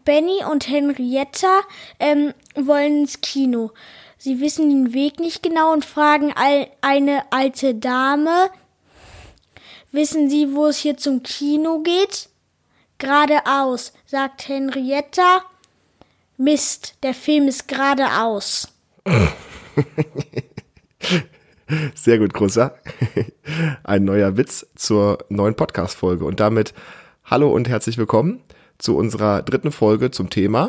Benny und Henrietta wollen ins Kino. Sie wissen den Weg nicht genau und fragen eine alte Dame, wissen Sie, wo es hier zum Kino geht? Geradeaus, sagt Henrietta. Mist, der Film ist geradeaus. Sehr gut, Großer. Ein neuer Witz zur neuen Podcast-Folge. Und damit hallo und herzlich willkommen zu unserer 3. Folge zum Thema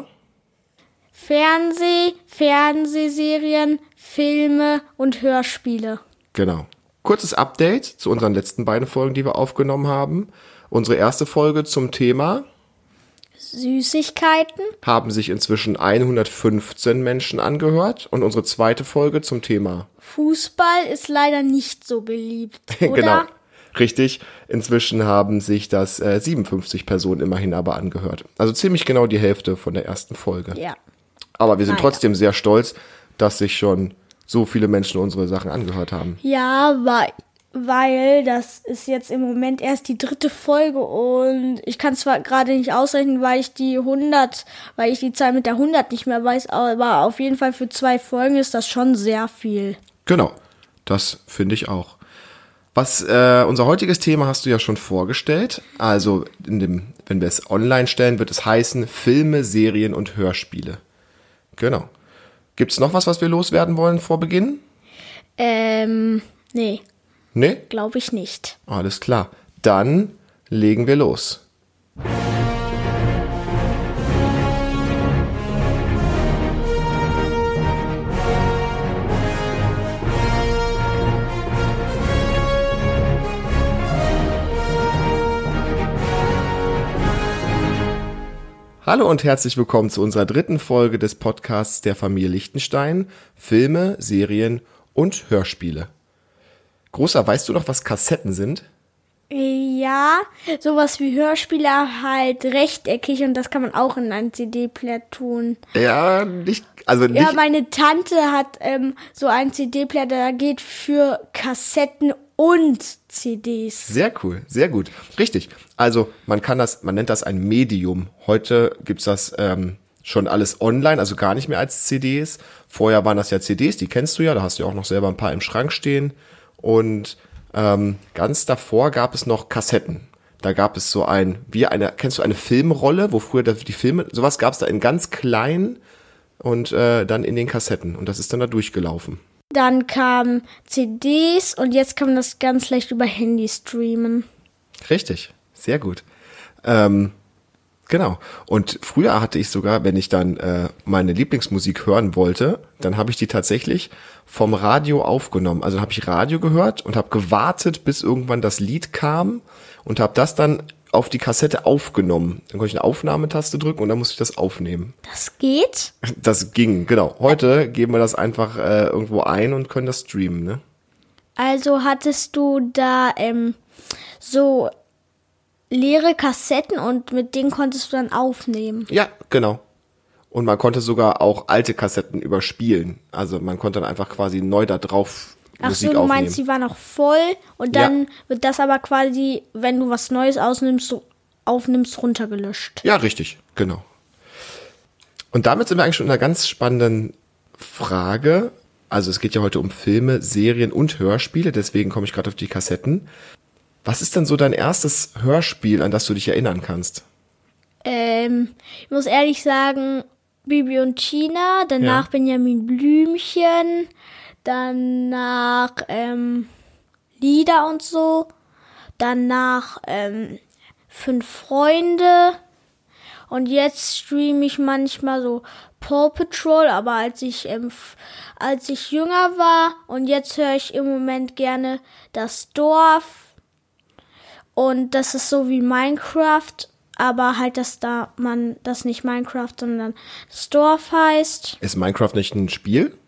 Fernsehserien, Filme und Hörspiele. Genau. Kurzes Update zu unseren letzten beiden Folgen, die wir aufgenommen haben. Unsere erste Folge zum Thema Süßigkeiten haben sich inzwischen 115 Menschen angehört. Und unsere zweite Folge zum Thema Fußball ist leider nicht so beliebt, oder? Genau, richtig. Inzwischen haben sich das 57 Personen immerhin aber angehört. Also ziemlich genau die Hälfte von der ersten Folge. Ja. Aber wir sind trotzdem sehr stolz, dass sich schon so viele Menschen unsere Sachen angehört haben. Ja, weil das ist jetzt im Moment erst die 3. Folge und ich kann zwar gerade nicht ausrechnen, weil ich die Zahl mit der 100 nicht mehr weiß, aber auf jeden Fall für 2 Folgen ist das schon sehr viel. Genau, das finde ich auch. Unser heutiges Thema hast du ja schon vorgestellt. Also wenn wir es online stellen, wird es heißen Filme, Serien und Hörspiele. Genau. Gibt es noch was wir loswerden wollen vor Beginn? Nee. Nee? Glaube ich nicht. Alles klar. Dann legen wir los. Hallo und herzlich willkommen zu unserer 3. Folge des Podcasts der Familie Lichtenstein, Filme, Serien und Hörspiele. Großer, weißt du noch, was Kassetten sind? Ja, sowas wie Hörspiele halt rechteckig und das kann man auch in einen CD-Player tun. Ja, Ja, meine Tante hat so einen CD-Player, der geht für Kassetten und CDs. Sehr cool, sehr gut. Richtig. Also man nennt das ein Medium. Heute gibt's das schon alles online, also gar nicht mehr als CDs. Vorher waren das ja CDs, die kennst du ja, da hast du ja auch noch selber ein paar im Schrank stehen. Und ganz davor gab es noch Kassetten. Da gab es kennst du eine Filmrolle, wo früher die Filme, sowas gab es da in ganz klein und dann in den Kassetten. Und das ist dann da durchgelaufen. Dann kamen CDs und jetzt kann man das ganz leicht über Handy streamen. Richtig, sehr gut. Genau. Und früher hatte ich sogar, wenn ich dann meine Lieblingsmusik hören wollte, dann habe ich die tatsächlich vom Radio aufgenommen. Also habe ich Radio gehört und habe gewartet, bis irgendwann das Lied kam und habe das dann auf die Kassette aufgenommen. Dann konnte ich eine Aufnahmetaste drücken und dann musste ich das aufnehmen. Das geht? Das ging, genau. Heute geben wir das einfach irgendwo ein und können das streamen, ne? Also hattest du da so leere Kassetten und mit denen konntest du dann aufnehmen? Ja, genau. Und man konnte sogar auch alte Kassetten überspielen. Also man konnte dann einfach quasi neu da drauf Musik aufnehmen. Ach so, du meinst, die war noch voll und dann wird das aber quasi, wenn du was Neues aufnimmst, runtergelöscht. Ja, richtig, genau. Und damit sind wir eigentlich schon in einer ganz spannenden Frage. Also es geht ja heute um Filme, Serien und Hörspiele, deswegen komme ich gerade auf die Kassetten. Was ist denn so dein erstes Hörspiel, an das du dich erinnern kannst? Ich muss ehrlich sagen, Bibi und Tina, danach Benjamin Blümchen, danach Lieder und so, danach 5 Freunde und jetzt streame ich manchmal so Paw Patrol, aber als ich jünger war und jetzt höre ich im Moment gerne das Dorf und das ist so wie Minecraft, aber halt, dass man das nicht Minecraft, sondern das Dorf heißt. Ist Minecraft nicht ein Spiel?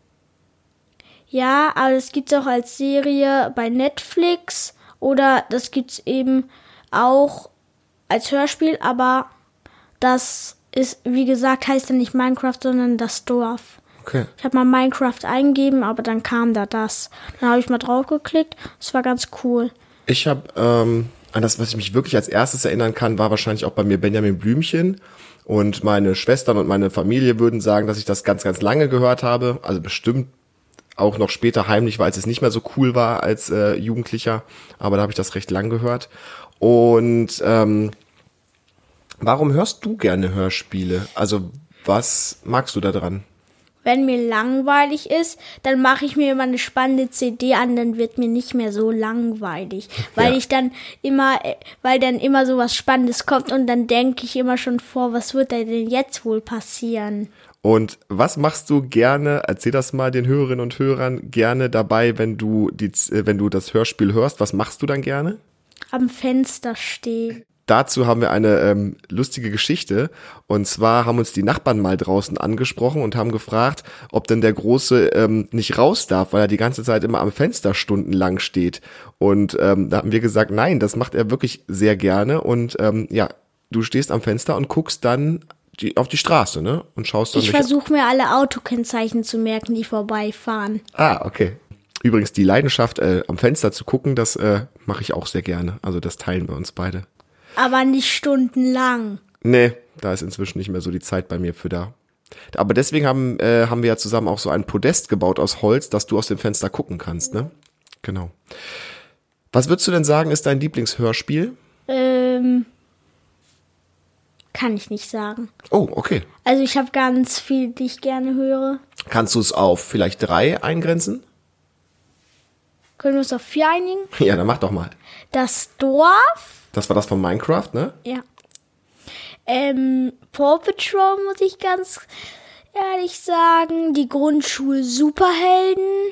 Ja, aber das gibt's auch als Serie bei Netflix oder das gibt's eben auch als Hörspiel, aber das ist, wie gesagt, heißt dann nicht Minecraft, sondern das Dorf. Okay. Ich habe mal Minecraft eingegeben, aber dann kam da das. Dann habe ich mal drauf geklickt, das war ganz cool. Ich habe, an das, was ich mich wirklich als erstes erinnern kann, war wahrscheinlich auch bei mir Benjamin Blümchen. Und meine Schwestern und meine Familie würden sagen, dass ich das ganz, ganz lange gehört habe. Also bestimmt auch noch später heimlich, weil es nicht mehr so cool war als Jugendlicher. Aber da habe ich das recht lang gehört. Und warum hörst du gerne Hörspiele? Also was magst du da dran? Wenn mir langweilig ist, dann mache ich mir immer eine spannende CD an, dann wird mir nicht mehr so langweilig, weil weil dann immer so was Spannendes kommt und dann denke ich immer schon vor, was wird da denn jetzt wohl passieren? Und was machst du gerne, erzähl das mal den Hörerinnen und Hörern, gerne dabei, wenn du das Hörspiel hörst, was machst du dann gerne? Am Fenster stehen. Dazu haben wir eine lustige Geschichte. Und zwar haben uns die Nachbarn mal draußen angesprochen und haben gefragt, ob denn der Große nicht raus darf, weil er die ganze Zeit immer am Fenster stundenlang steht. Und da haben wir gesagt, nein, das macht er wirklich sehr gerne. Und du stehst am Fenster und guckst dann auf die Straße, ne? Und schaust dann. Ich versuche mir alle Autokennzeichen zu merken, die vorbeifahren. Ah, okay. Übrigens, die Leidenschaft, am Fenster zu gucken, das mache ich auch sehr gerne. Also das teilen wir uns beide. Aber nicht stundenlang. Nee, da ist inzwischen nicht mehr so die Zeit bei mir für da. Aber deswegen haben wir ja zusammen auch so ein Podest gebaut aus Holz, dass du aus dem Fenster gucken kannst, ne? Genau. Was würdest du denn sagen, ist dein Lieblingshörspiel? Kann ich nicht sagen. Oh, okay. Also ich habe ganz viel, die ich gerne höre. Kannst du es auf vielleicht 3 eingrenzen? Können wir uns auf 4 einigen? Ja, dann mach doch mal. Das Dorf. Das war das von Minecraft, ne? Ja. Paw Patrol, muss ich ganz ehrlich sagen. Die Grundschule Superhelden.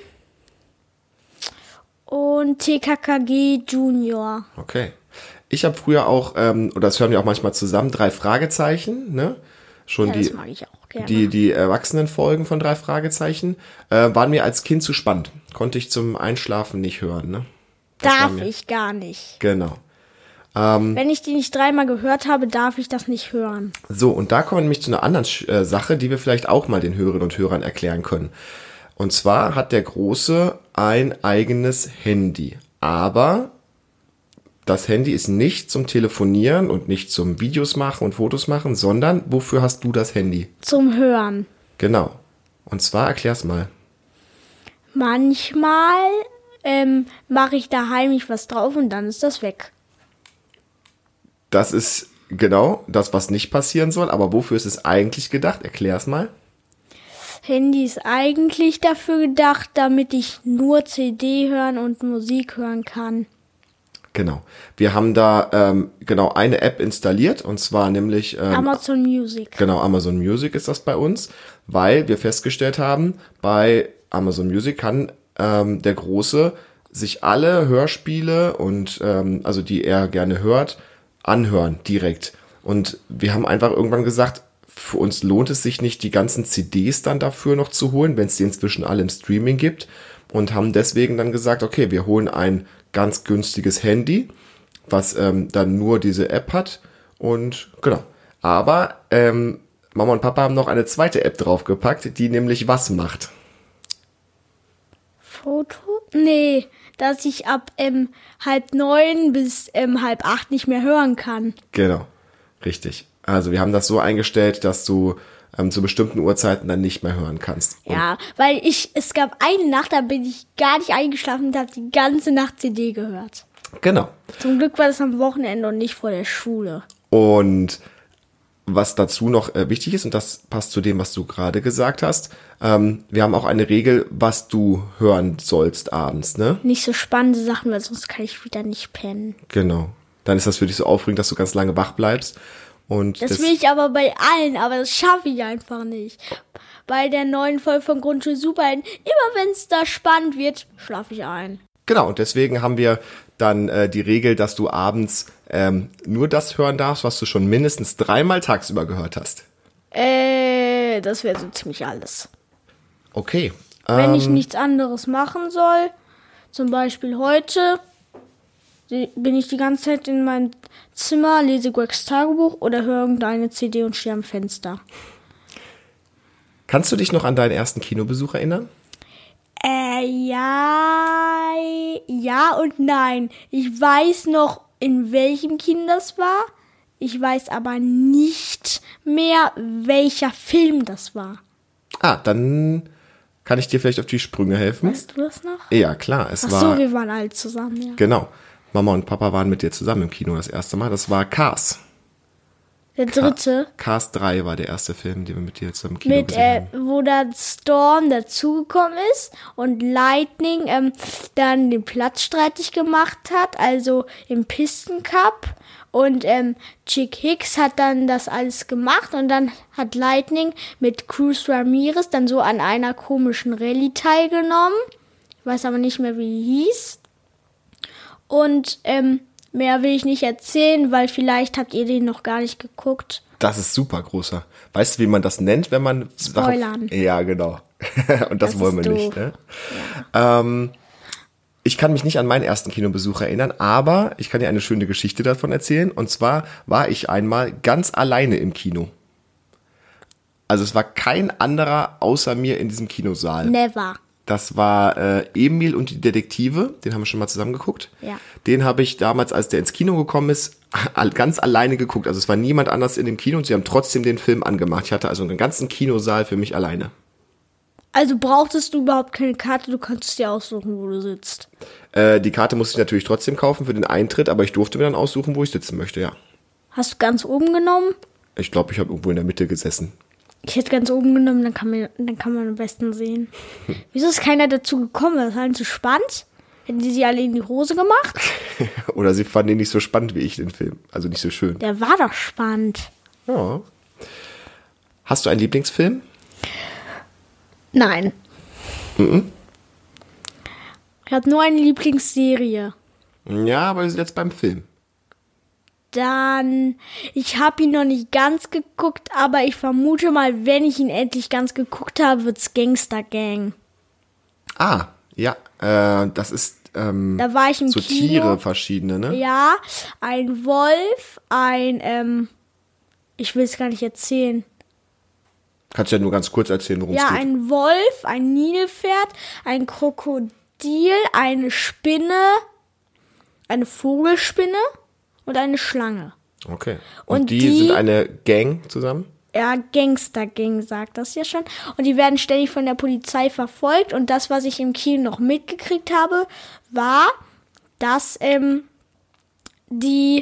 Und TKKG Junior. Okay. Ich habe früher auch, oder das hören wir auch manchmal zusammen, 3 Fragezeichen, ne? Schon das mag ich auch gerne. Die Erwachsenenfolgen von 3 Fragezeichen waren mir als Kind zu spannend. Konnte ich zum Einschlafen nicht hören, ne? Darf ich gar nicht. Genau. Wenn ich die nicht 3-mal gehört habe, darf ich das nicht hören. So, und da kommen wir nämlich zu einer anderen Sache, die wir vielleicht auch mal den Hörerinnen und Hörern erklären können. Und zwar hat der Große ein eigenes Handy. Aber das Handy ist nicht zum Telefonieren und nicht zum Videos machen und Fotos machen, sondern wofür hast du das Handy? Zum Hören. Genau. Und zwar erklär's mal. Manchmal mache ich da heimlich was drauf und dann ist das weg. Das ist genau das, was nicht passieren soll. Aber wofür ist es eigentlich gedacht? Erklär's mal. Handy ist eigentlich dafür gedacht, damit ich nur CD hören und Musik hören kann. Genau. Wir haben da eine App installiert und zwar nämlich Amazon Music. Genau, Amazon Music ist das bei uns, weil wir festgestellt haben, bei Amazon Music kann der Große sich alle Hörspiele und also die er gerne hört, anhören direkt. Und wir haben einfach irgendwann gesagt, für uns lohnt es sich nicht, die ganzen CDs dann dafür noch zu holen, wenn es die inzwischen alle im Streaming gibt. Und haben deswegen dann gesagt, okay, wir holen ein ganz günstiges Handy, was dann nur diese App hat. Und genau. Aber Mama und Papa haben noch eine zweite App draufgepackt, die nämlich was macht? Foto? Nee, dass ich ab 7:30 bis 7:30 nicht mehr hören kann. Genau, richtig. Also wir haben das so eingestellt, dass du zu bestimmten Uhrzeiten dann nicht mehr hören kannst. Und ja, weil es gab eine Nacht, da bin ich gar nicht eingeschlafen und habe die ganze Nacht CD gehört. Genau. Zum Glück war das am Wochenende und nicht vor der Schule. Und was dazu noch wichtig ist, und das passt zu dem, was du gerade gesagt hast, wir haben auch eine Regel, was du hören sollst abends, ne? Nicht so spannende Sachen, weil sonst kann ich wieder nicht pennen. Genau. Dann ist das für dich so aufregend, dass du ganz lange wach bleibst. Und das will ich aber bei allen, aber das schaffe ich einfach nicht. Bei der neuen Folge von Grundschule Superhelden, immer wenn es da spannend wird, schlafe ich ein. Genau, und deswegen haben wir dann die Regel, dass du abends nur das hören darfst, was du schon mindestens 3-mal tagsüber gehört hast. Das wäre so ziemlich alles. Okay. Wenn ich nichts anderes machen soll, zum Beispiel heute, bin ich die ganze Zeit in meinem Zimmer, lese Gregs Tagebuch oder höre irgendeine CD und stehe am Fenster. Kannst du dich noch an deinen ersten Kinobesuch erinnern? Ja und nein. Ich weiß noch, in welchem Kino das war. Ich weiß aber nicht mehr, welcher Film das war. Dann kann ich dir vielleicht auf die Sprünge helfen. Weißt du das noch? Ja, klar. Ach so, wir waren alle zusammen, ja. Genau. Mama und Papa waren mit dir zusammen im Kino das erste Mal. Das war Cars. Der dritte. Cars 3 war der erste Film, den wir mit dir zusammen im Kino gesehen haben. Wo dann Storm dazugekommen ist und Lightning dann den Platz streitig gemacht hat, also im Pistencup. Und Chick Hicks hat dann das alles gemacht und dann hat Lightning mit Cruz Ramirez dann so an einer komischen Rallye teilgenommen. Ich weiß aber nicht mehr, wie die hieß. Und mehr will ich nicht erzählen, weil vielleicht habt ihr den noch gar nicht geguckt. Das ist super großer. Weißt du, wie man das nennt, wenn man... Spoilern. Ja, genau. Und das wollen wir doof. nicht. Ne? Ja. Ich kann mich nicht an meinen ersten Kinobesuch erinnern, aber ich kann dir eine schöne Geschichte davon erzählen. Und zwar war ich einmal ganz alleine im Kino. Also es war kein anderer außer mir in diesem Kinosaal. Never. Das war Emil und die Detektive, den haben wir schon mal zusammen geguckt. Ja. Den habe ich damals, als der ins Kino gekommen ist, ganz alleine geguckt. Also es war niemand anders in dem Kino und sie haben trotzdem den Film angemacht. Ich hatte also einen ganzen Kinosaal für mich alleine. Also brauchtest du überhaupt keine Karte, du konntest dir aussuchen, wo du sitzt. Die Karte musste ich natürlich trotzdem kaufen für den Eintritt, aber ich durfte mir dann aussuchen, wo ich sitzen möchte, ja. Hast du ganz oben genommen? Ich glaube, ich habe irgendwo in der Mitte gesessen. Ich hätte ganz oben genommen, dann kann man am besten sehen. Wieso ist keiner dazu gekommen? Das war halt zu spannend. Hätten die alle in die Hose gemacht? Oder sie fanden ihn nicht so spannend wie ich, den Film. Also nicht so schön. Der war doch spannend. Ja. Hast du einen Lieblingsfilm? Nein. Mhm. Ich habe nur eine Lieblingsserie. Ja, aber wir sind jetzt beim Film. Dann, ich habe ihn noch nicht ganz geguckt, aber ich vermute mal, wenn ich ihn endlich ganz geguckt habe, wird's Gangster Gang. Ah, ja, das ist da war ich im so Kino. Tiere verschiedene, ne? Ja, ein Wolf, ich will es gar nicht erzählen. Kannst du ja nur ganz kurz erzählen, worum es Ja, geht. ein Wolf, ein Nilpferd, ein Krokodil, eine Spinne, eine Vogelspinne und eine Schlange. Okay. Und Und die die sind eine Gang zusammen? Ja, Gangster-Gang sagt das ja schon. Und die werden ständig von der Polizei verfolgt. Und das, was ich im Kino noch mitgekriegt habe, war, dass die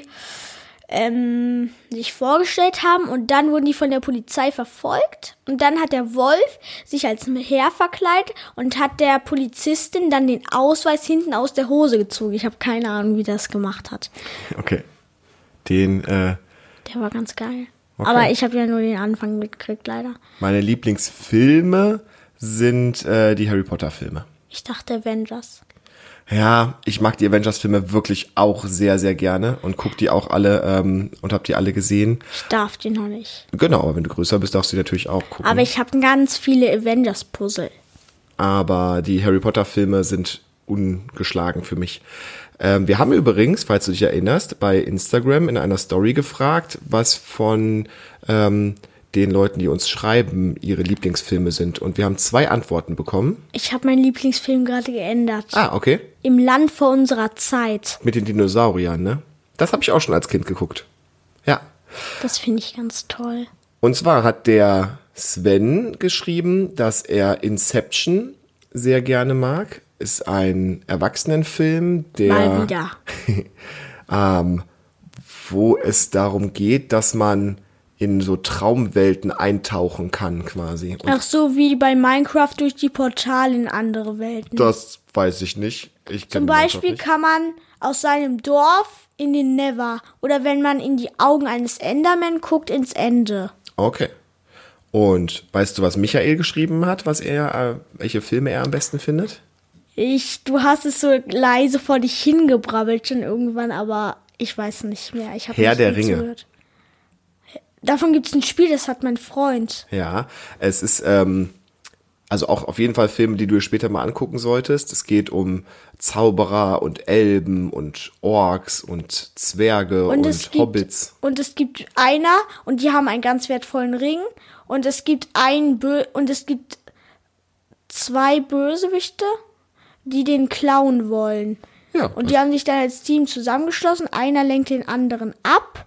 sich vorgestellt haben und dann wurden die von der Polizei verfolgt. Und dann hat der Wolf sich als Herr verkleidet und hat der Polizistin dann den Ausweis hinten aus der Hose gezogen. Ich habe keine Ahnung, wie das gemacht hat. Okay. Der war ganz geil. Okay. Aber ich habe ja nur den Anfang mitgekriegt, leider. Meine Lieblingsfilme sind die Harry Potter Filme. Ich dachte Avengers. Ja, ich mag die Avengers-Filme wirklich auch sehr, sehr gerne und guck die auch alle und hab die alle gesehen. Ich darf die noch nicht. Genau, aber wenn du größer bist, darfst du die natürlich auch gucken. Aber ich habe ganz viele Avengers-Puzzle. Aber die Harry Potter-Filme sind ungeschlagen für mich. Wir haben übrigens, falls du dich erinnerst, bei Instagram in einer Story gefragt, was von den Leuten, die uns schreiben, ihre Lieblingsfilme sind. Und wir haben 2 Antworten bekommen. Ich habe meinen Lieblingsfilm gerade geändert. Ah, okay. Im Land vor unserer Zeit. Mit den Dinosauriern, ne? Das habe ich auch schon als Kind geguckt. Ja. Das finde ich ganz toll. Und zwar hat der Sven geschrieben, dass er Inception sehr gerne mag. Ist ein Erwachsenenfilm, Mal wieder. wo es darum geht, dass man in so Traumwelten eintauchen kann quasi. Und Ach so, wie bei Minecraft durch die Portale in andere Welten. das weiß ich nicht. Ich kenn Zum Minecraft Beispiel nicht. kann man aus seinem Dorf in den Never. Oder wenn man in die Augen eines Enderman guckt, ins Ende. Okay. Und weißt du, was Michael geschrieben hat, welche Filme er am besten findet? Du hast es so leise vor dich hingebrabbelt schon irgendwann, aber ich weiß nicht mehr. Ich habe Herr nicht der gut Ringe. zugehört. Davon gibt es ein Spiel, das hat mein Freund. Ja, es ist also auch auf jeden Fall Filme, die du dir später mal angucken solltest. Es geht um Zauberer und Elben und Orks und Zwerge und Hobbits. Und es gibt einer und die haben einen ganz wertvollen Ring und es gibt es gibt 2 Bösewichte, die den klauen wollen. Ja, Und die haben sich dann als Team zusammengeschlossen. Einer lenkt den anderen ab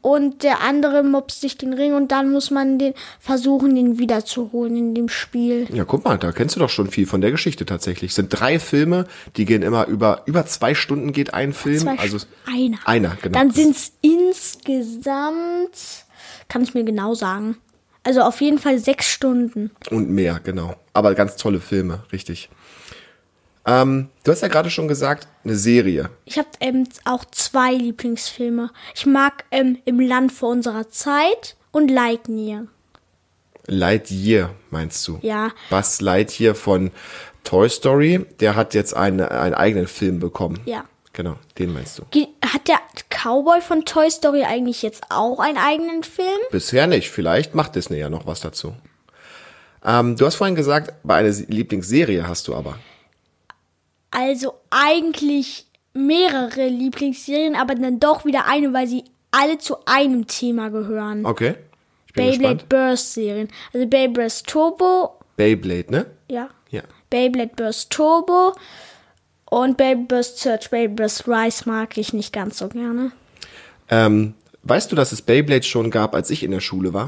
und der andere mobst sich den Ring und dann muss man versuchen, den wiederzuholen in dem Spiel. Ja, guck mal, da kennst du doch schon viel von der Geschichte tatsächlich. Es sind 3 Filme, die gehen immer über 2 Stunden geht ein Film. Einer, genau. Dann sind es insgesamt, kann ich mir genau sagen, also auf jeden Fall 6 Stunden. Und mehr, genau. Aber ganz tolle Filme, richtig. Du hast ja gerade schon gesagt, eine Serie. Ich habe auch 2 Lieblingsfilme. Ich mag Im Land vor unserer Zeit und Lightyear. Lightyear, meinst du? Ja. Buzz Lightyear von Toy Story, der hat jetzt einen eigenen Film bekommen. Ja. Genau, den meinst du. Hat der Cowboy von Toy Story eigentlich jetzt auch einen eigenen Film? Bisher nicht, vielleicht macht Disney ja noch was dazu. Du hast vorhin gesagt, bei einer Lieblingsserie hast du aber. Also eigentlich mehrere Lieblingsserien, aber dann doch wieder eine, weil sie alle zu einem Thema gehören. Okay. Ich bin Beyblade gespannt. Burst Serien. Also Beyblade Turbo. Beyblade, ne? Ja. Ja. Beyblade Burst Turbo und Beyblade Burst Search. Beyblade Burst Rise mag ich nicht ganz so gerne. Weißt du, dass es Beyblade schon gab, als ich in der Schule war?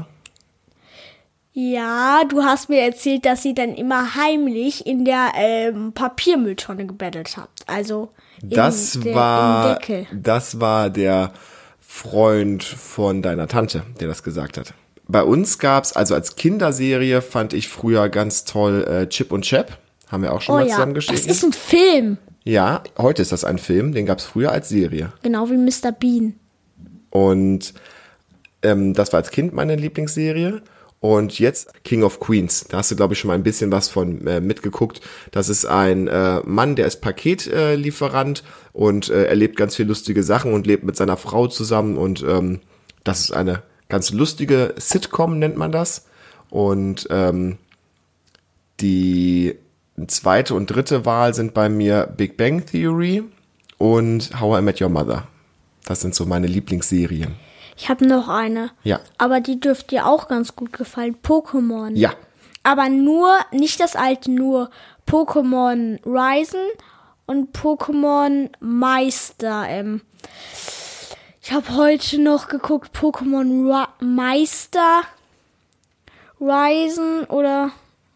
Ja, du hast mir erzählt, dass sie dann immer heimlich in der Papiermülltonne gebettelt habt. Also im Deckel. Das war der Freund von deiner Tante, der das gesagt hat. Bei uns gab's, also als Kinderserie fand ich früher ganz toll Chip und Chap. Haben wir auch schon mal zusammen geschrieben. Das ist ein Film. Ja, heute ist das ein Film, den gab's früher als Serie. Genau wie Mr. Bean. Und das war als Kind meine Lieblingsserie. Und jetzt King of Queens. Da hast du, glaube ich, schon mal ein bisschen was von mitgeguckt. Das ist ein Mann, der ist Paketlieferant und erlebt ganz viel lustige Sachen und lebt mit seiner Frau zusammen. Und das ist eine ganz lustige Sitcom, nennt man das. Und die zweite und dritte Wahl sind bei mir Big Bang Theory und How I Met Your Mother. Das sind so meine Lieblingsserien. Ich habe noch eine. Ja. Aber die dürfte dir auch ganz gut gefallen. Pokémon. Ja. Aber nicht das alte, nur Pokémon Risen und Pokémon Meister. Ich habe heute noch geguckt, Pokémon Meister Risen oder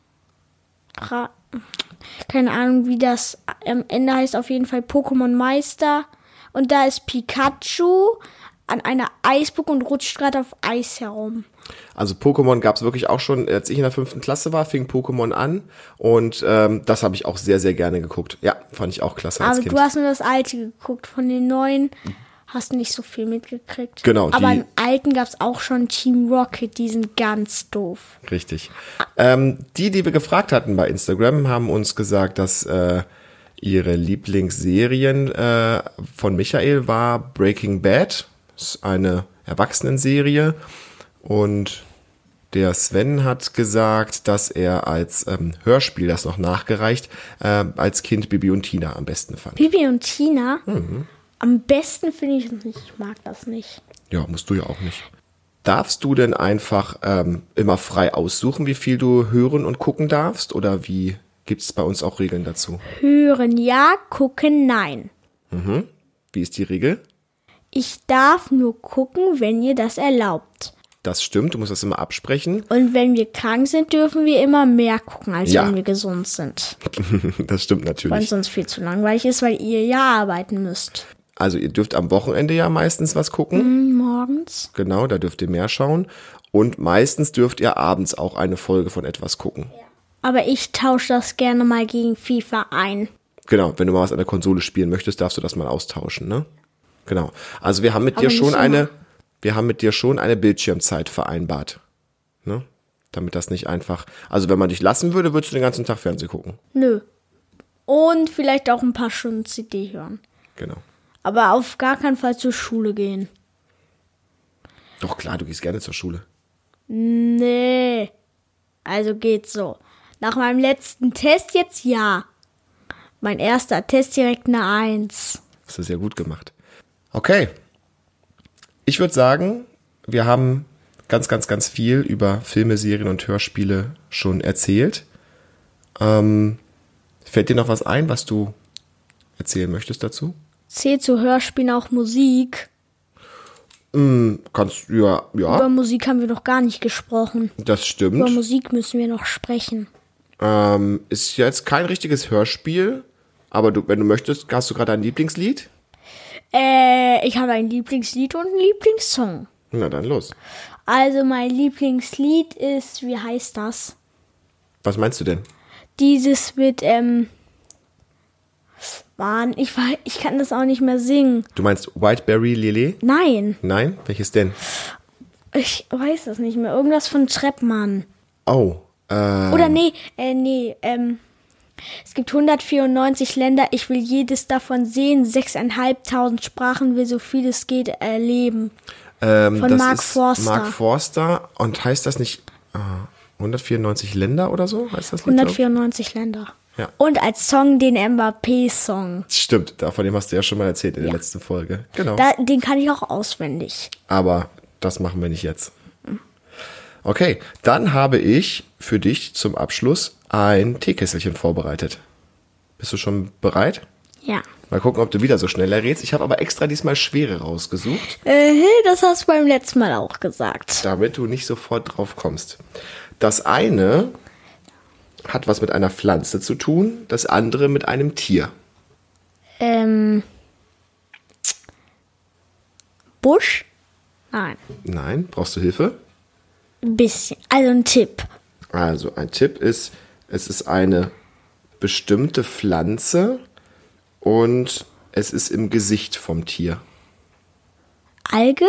keine Ahnung, wie das am Ende heißt. Auf jeden Fall Pokémon Meister. Und da ist Pikachu an einer Eisburg und rutscht gerade auf Eis herum. Also Pokémon gab es wirklich auch schon, als ich in der 5. Klasse war, fing Pokémon an und das habe ich auch sehr, sehr gerne geguckt. Ja, fand ich auch klasse als Aber Kind. du hast nur das alte geguckt, von den neuen hast du nicht so viel mitgekriegt. Genau. Aber im alten gab es auch schon Team Rocket, die sind ganz doof. Richtig. Die wir gefragt hatten bei Instagram, haben uns gesagt, dass ihre Lieblingsserien von Michael war Breaking Bad. Das ist eine Erwachsenenserie. Und der Sven hat gesagt, dass er als Hörspiel, das noch nachgereicht, als Kind Bibi und Tina am besten fand. Bibi und Tina? Am besten finde ich es nicht. Ich mag das nicht. Ja, musst du ja auch nicht. Darfst du denn einfach immer frei aussuchen, wie viel du hören und gucken darfst? Oder wie gibt es bei uns auch Regeln dazu? Hören ja, gucken nein. Wie ist die Regel? Ich darf nur gucken, wenn ihr das erlaubt. Das stimmt, du musst das immer absprechen. Und wenn wir krank sind, dürfen wir immer mehr gucken, als Ja. wenn wir gesund sind. Das stimmt Weil natürlich. es sonst viel zu langweilig ist, weil ihr ja arbeiten müsst. Also ihr dürft am Wochenende ja meistens was gucken. Morgens. Genau, da dürft ihr mehr schauen. Und meistens dürft ihr abends auch eine Folge von etwas gucken. Aber ich tausche das gerne mal gegen FIFA ein. Genau, wenn du mal was an der Konsole spielen möchtest, darfst du das mal austauschen, ne? Genau. Also wir haben mit dir nicht schon immer. eine Bildschirmzeit vereinbart. Ne? Damit das nicht einfach, also wenn man dich lassen würde, würdest du den ganzen Tag Fernsehen gucken. Nö. Und vielleicht auch ein paar Stunden CD hören. Genau. Aber auf gar keinen Fall zur Schule gehen. Doch klar, du gehst gerne zur Schule. Nee. Also geht's so. Nach meinem letzten Test jetzt ja. Mein erster Test direkt eine 1. Hast du sehr gut gemacht. Okay. Ich würde sagen, wir haben ganz, ganz, ganz viel über Filme, Serien und Hörspiele schon erzählt. Fällt dir noch was ein, was du erzählen möchtest dazu? Zählt zu Hörspielen auch Musik? Kannst du ja, Über Musik haben wir noch gar nicht gesprochen. das Über stimmt. Musik müssen wir noch sprechen. Ist jetzt kein richtiges Hörspiel, aber wenn du möchtest, hast du gerade ein Lieblingslied? Ich habe ein Lieblingslied und einen Lieblingssong. Na dann los. Also mein Lieblingslied ist, wie heißt das? Was meinst du denn? Dieses mit, Mann, ich kann das auch nicht mehr singen. Du meinst Whiteberry Lily? Nein, Nein? Welches denn? ich weiß das nicht mehr. Irgendwas von Treppmann. Oh, Oder nee, es gibt 194 Länder, ich will jedes davon sehen, 6.500 Sprachen, will so viel es geht erleben. Von das Mark ist Forster. Mark Forster. Und heißt das nicht 194 Länder oder so? Heißt das nicht? 194 Länder. Ja. Und als Song den Mbappé-Song. Stimmt, von dem hast du ja schon mal erzählt in der letzten Folge. Genau. Den kann ich auch auswendig. Aber das machen wir nicht jetzt. Okay, dann habe ich für dich zum Abschluss ein Teekesselchen vorbereitet. Bist du schon bereit? Ja. Mal gucken, ob du wieder so schnell errätst. Ich habe aber extra diesmal schwere rausgesucht, Das hast du beim letzten Mal auch gesagt. damit du nicht sofort drauf kommst. Das eine hat was mit einer Pflanze zu tun, das andere mit einem Tier. Busch? Nein. Nein, brauchst du Hilfe? Ein bisschen. Also ein Tipp. Also ein Tipp ist, es ist eine bestimmte Pflanze und es ist im Gesicht vom Tier. Alge?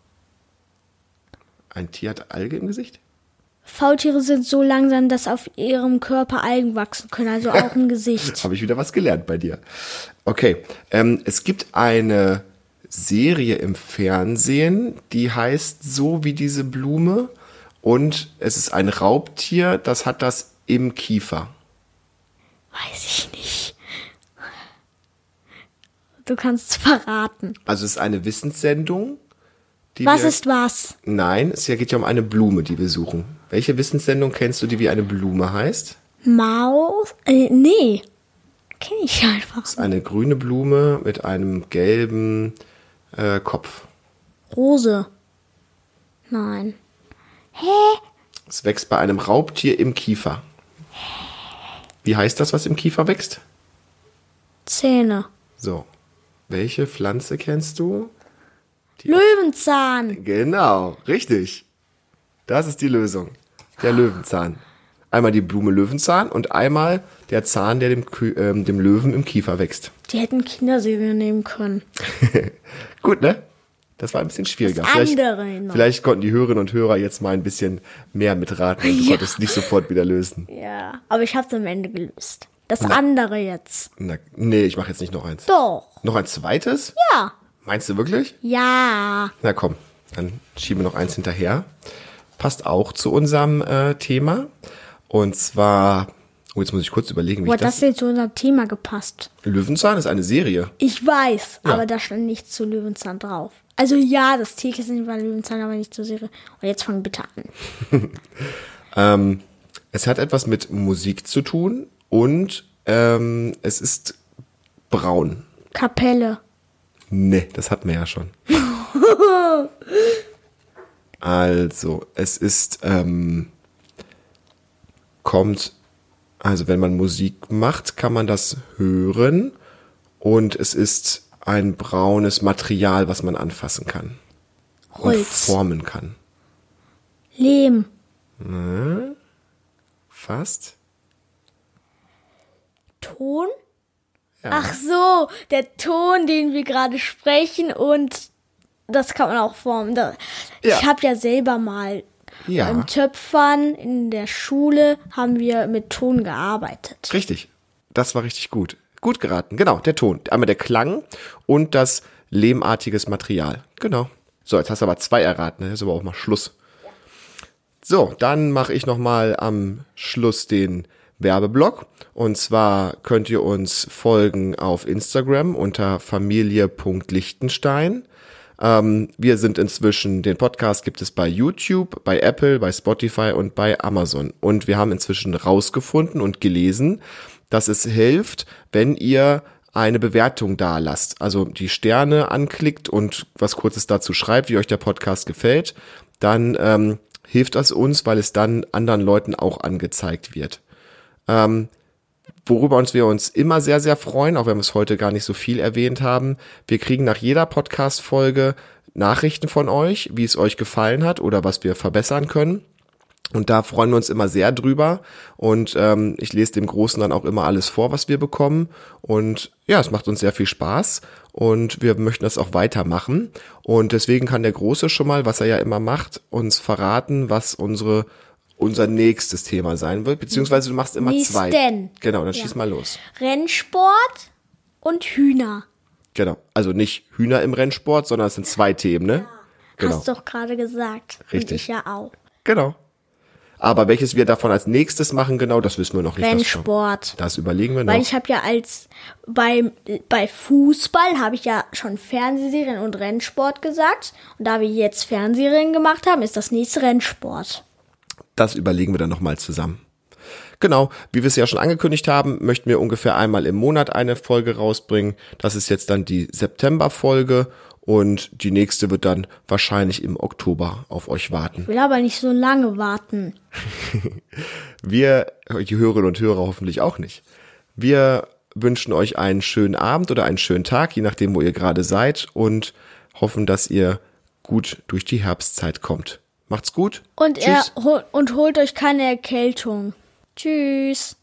Ein Tier hat Alge im Gesicht? Faultiere sind so langsam, dass auf ihrem Körper Algen wachsen können, also auch im Gesicht. Habe ich wieder was gelernt bei dir. Okay, es gibt eine Serie im Fernsehen, die heißt so wie diese Blume und es ist ein Raubtier, das hat das im Kiefer. Weiß ich nicht. Du kannst es verraten. Also es ist eine Wissenssendung. Was ist was? Nein, es geht ja um eine Blume, die wir suchen. Welche Wissenssendung kennst du, die wie eine Blume heißt? Maus? Nee. Kenn ich einfach. Das ist eine grüne Blume mit einem gelben Kopf. Rose. Nein. Hä? Es wächst bei einem Raubtier im Kiefer. Wie heißt das, was im Kiefer wächst? Zähne. So. Welche Pflanze kennst du? Löwenzahn. Genau, richtig. Das ist die Lösung. Der Löwenzahn. Einmal die Blume Löwenzahn und einmal der Zahn, der dem Löwen im Kiefer wächst. Die hätten Kinderserie nehmen können. Gut, ne? Das war ein bisschen schwieriger. Das andere noch. Vielleicht konnten die Hörerinnen und Hörer jetzt mal ein bisschen mehr mitraten und du konntest nicht sofort wieder lösen. Ja, aber ich hab's am Ende gelöst. Das andere jetzt. Nee, ich mache jetzt nicht noch eins. Doch. Noch ein zweites? Ja. Meinst du wirklich? Ja. Na komm, dann schieben wir noch eins hinterher. Passt auch zu unserem Thema. Und zwar, jetzt muss ich kurz überlegen, wie Boah, ich das... das hätte zu unserem Thema gepasst. Löwenzahn ist eine Serie. Ich weiß, Ja. aber da stand nichts zu Löwenzahn drauf. Also ja, das Teekesselchen war Löwenzahn, aber nicht zur Serie. Und jetzt fang bitte an. Es hat etwas mit Musik zu tun und es ist braun. Kapelle. Nee, das hatten wir ja schon. Also, es ist, also wenn man Musik macht, kann man das hören und es ist ein braunes Material, was man anfassen kann. Und Holz. formen kann. Lehm. Fast? Ton? Ja. Ach so, der Ton, den wir gerade sprechen und das kann man auch formen. Ja. Ich habe ja selber mal Ja. beim Töpfern in der Schule haben wir mit Ton gearbeitet. Richtig. Das war richtig gut. Gut geraten. Genau, der Ton. Einmal der Klang und das lehmartiges Material. Genau. So, jetzt hast du aber 2 erraten. Jetzt ist aber auch mal Schluss. So, dann mache ich nochmal am Schluss den Werbeblock. Und zwar könnt ihr uns folgen auf Instagram unter familie.lichtenstein. Wir sind inzwischen, den Podcast gibt es bei YouTube, bei Apple, bei Spotify und bei Amazon. Und wir haben inzwischen rausgefunden und gelesen, dass es hilft, wenn ihr eine Bewertung da lasst. Also die Sterne anklickt und was Kurzes dazu schreibt, wie euch der Podcast gefällt, dann hilft das uns, weil es dann anderen Leuten auch angezeigt wird. Worüber wir uns immer sehr, sehr freuen, auch wenn wir es heute gar nicht so viel erwähnt haben, wir kriegen nach jeder Podcast-Folge Nachrichten von euch, wie es euch gefallen hat oder was wir verbessern können. Und da freuen wir uns immer sehr drüber und ich lese dem Großen dann auch immer alles vor, was wir bekommen und ja, es macht uns sehr viel Spaß und wir möchten das auch weitermachen und deswegen kann der Große schon mal, was er ja immer macht, uns verraten, was unser nächstes Thema sein wird, beziehungsweise du machst immer zwei. Genau, dann schieß mal los. Rennsport und Hühner. Genau, also nicht Hühner im Rennsport, sondern es sind 2 Themen, ne? Ja. Genau. Hast doch gerade gesagt. Richtig. Und ich ja auch. Genau. Aber welches wir davon als nächstes machen, genau, das wissen wir noch nicht. Rennsport. Das überlegen wir noch. Weil ich habe ja bei Fußball habe ich ja schon Fernsehserien und Rennsport gesagt. Und da wir jetzt Fernsehserien gemacht haben, ist das nächste Rennsport. Das überlegen wir dann nochmal zusammen. Genau, wie wir es ja schon angekündigt haben, möchten wir ungefähr einmal im Monat eine Folge rausbringen. Das ist jetzt dann die September-Folge und die nächste wird dann wahrscheinlich im Oktober auf euch warten. Ich will aber nicht so lange warten. Wir, die Hörerinnen und Hörer hoffentlich auch nicht. Wir wünschen euch einen schönen Abend oder einen schönen Tag, je nachdem, wo ihr gerade seid und hoffen, dass ihr gut durch die Herbstzeit kommt. Macht's gut. Und Tschüss. und holt euch keine Erkältung. Tschüss.